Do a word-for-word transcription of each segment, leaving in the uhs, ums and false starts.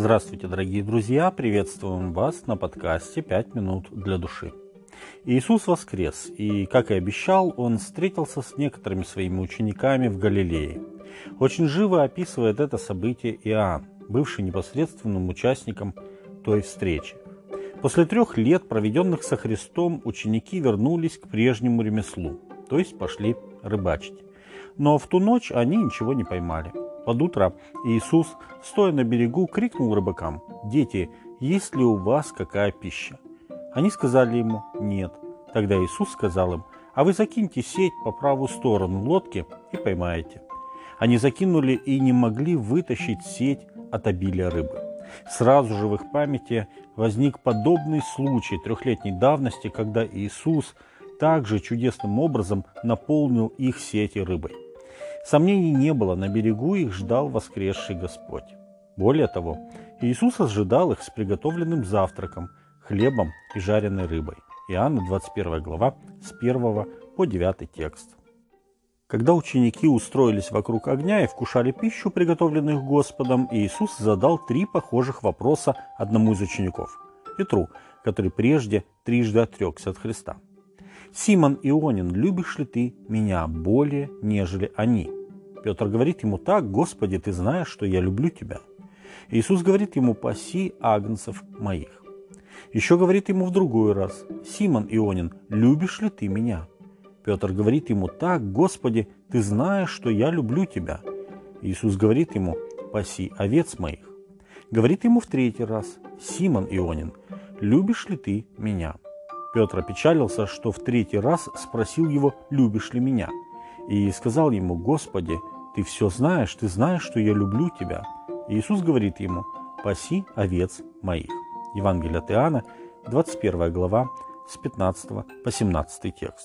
Здравствуйте, дорогие друзья! Приветствуем вас на подкасте «пять минут для души». Иисус воскрес, и, как и обещал, Он встретился с некоторыми своими учениками в Галилее. Очень живо описывает это событие Иоанн, бывший непосредственным участником той встречи. После трех лет, проведенных со Христом, ученики вернулись к прежнему ремеслу, то есть пошли рыбачить. Но в ту ночь они ничего не поймали. Под утро Иисус, стоя на берегу, крикнул рыбакам: «Дети, есть ли у вас какая пища?» Они сказали ему: «Нет». Тогда Иисус сказал им: «А вы закиньте сеть по правую сторону лодки и поймаете». Они закинули и не могли вытащить сеть от обилия рыбы. Сразу же в их памяти возник подобный случай трехлетней давности, когда Иисус также чудесным образом наполнил их сети рыбой. Сомнений не было, на берегу их ждал воскресший Господь. Более того, Иисус ожидал их с приготовленным завтраком, хлебом и жареной рыбой. Иоанна двадцать первая глава, с первого по девятый текст. Когда ученики устроились вокруг огня и вкушали пищу, приготовленную Господом, Иисус задал три похожих вопроса одному из учеников, Петру, который прежде трижды отрекся от Христа. «Симон Ионин, любишь ли ты меня более, нежели они?» Петр говорит ему: «Так, Господи, ты знаешь, что я люблю тебя». Иисус говорит ему: «Паси агнцев моих». Еще говорит ему в другой раз: «Симон Ионин, любишь ли ты меня?» Петр говорит ему: «Так, Господи, ты знаешь, что я люблю тебя». Иисус говорит ему: «Паси овец моих». Говорит ему в третий раз: «Симон Ионин, любишь ли ты меня?» Петр опечалился, что в третий раз спросил его: «Любишь ли меня?» И сказал ему: «Господи, ты все знаешь, ты знаешь, что я люблю тебя». И Иисус говорит ему: «Паси овец моих». Евангелие от Иоанна, двадцать первая глава, с пятнадцатого по семнадцатый текст.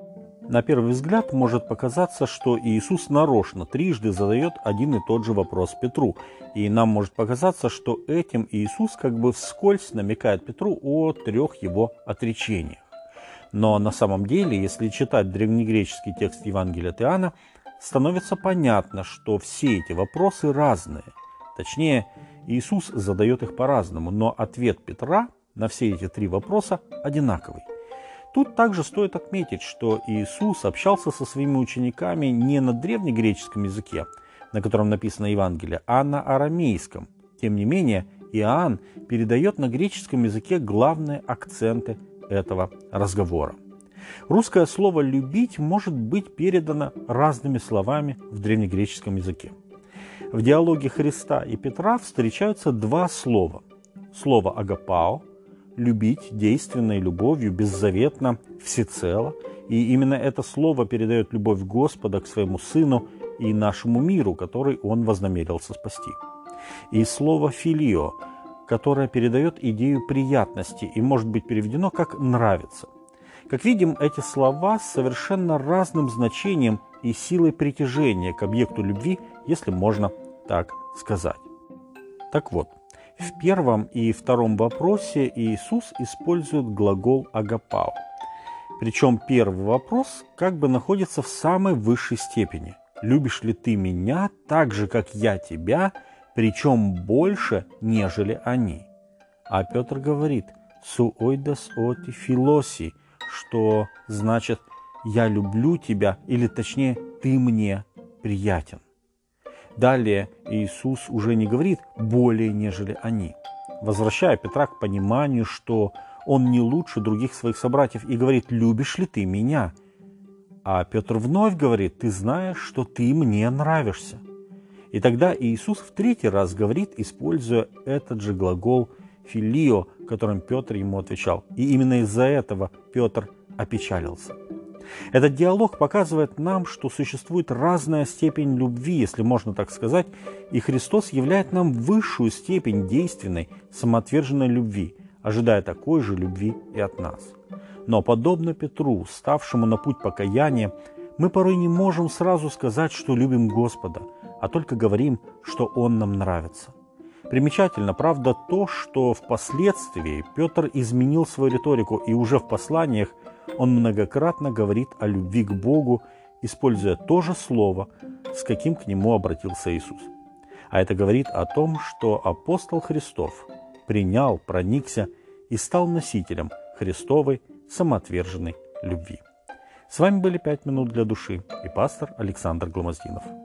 На первый взгляд может показаться, что Иисус нарочно трижды задает один и тот же вопрос Петру, и нам может показаться, что этим Иисус как бы вскользь намекает Петру о трех его отречениях. Но на самом деле, если читать древнегреческий текст Евангелия от Иоанна, становится понятно, что все эти вопросы разные. Точнее, Иисус задает их по-разному, но ответ Петра на все эти три вопроса одинаковый. Тут также стоит отметить, что Иисус общался со своими учениками не на древнегреческом языке, на котором написано Евангелие, а на арамейском. Тем не менее, Иоанн передает на греческом языке главные акценты этого разговора. Русское слово «любить» может быть передано разными словами в древнегреческом языке. В диалоге Христа и Петра встречаются два слова. Слово «агапао» – любить действенной любовью, беззаветно, всецело. И именно это слово передает любовь Господа к своему Сыну и нашему миру, который Он вознамерился спасти. И слово «филио», которое передает идею приятности и может быть переведено как «нравится». Как видим, эти слова с совершенно разным значением и силой притяжения к объекту любви, если можно так сказать. Так вот, в первом и втором вопросе Иисус использует глагол «агапао». Причем первый вопрос как бы находится в самой высшей степени. «Любишь ли ты меня так же, как я тебя, причем больше, нежели они?» А Петр говорит «су ойдос оти филоси», что значит «я люблю тебя», или точнее «ты мне приятен». Далее Иисус уже не говорит «более, нежели они», возвращая Петра к пониманию, что он не лучше других своих собратьев, и говорит «любишь ли ты меня?» А Петр вновь говорит «ты знаешь, что ты мне нравишься». И тогда Иисус в третий раз говорит, используя этот же глагол «филио», которым Петр ему отвечал. И именно из-за этого Петр опечалился. Этот диалог показывает нам, что существует разная степень любви, если можно так сказать, и Христос являет нам высшую степень действенной, самоотверженной любви, ожидая такой же любви и от нас. Но подобно Петру, ставшему на путь покаяния, мы порой не можем сразу сказать, что любим Господа, а только говорим, что Он нам нравится. Примечательно, правда, то, что впоследствии Петр изменил свою риторику, и уже в посланиях он многократно говорит о любви к Богу, используя то же слово, с каким к нему обратился Иисус. А это говорит о том, что апостол Христов принял, проникся и стал носителем Христовой самоотверженной любви. С вами были «Пять минут для души» и пастор Александр Гломоздинов.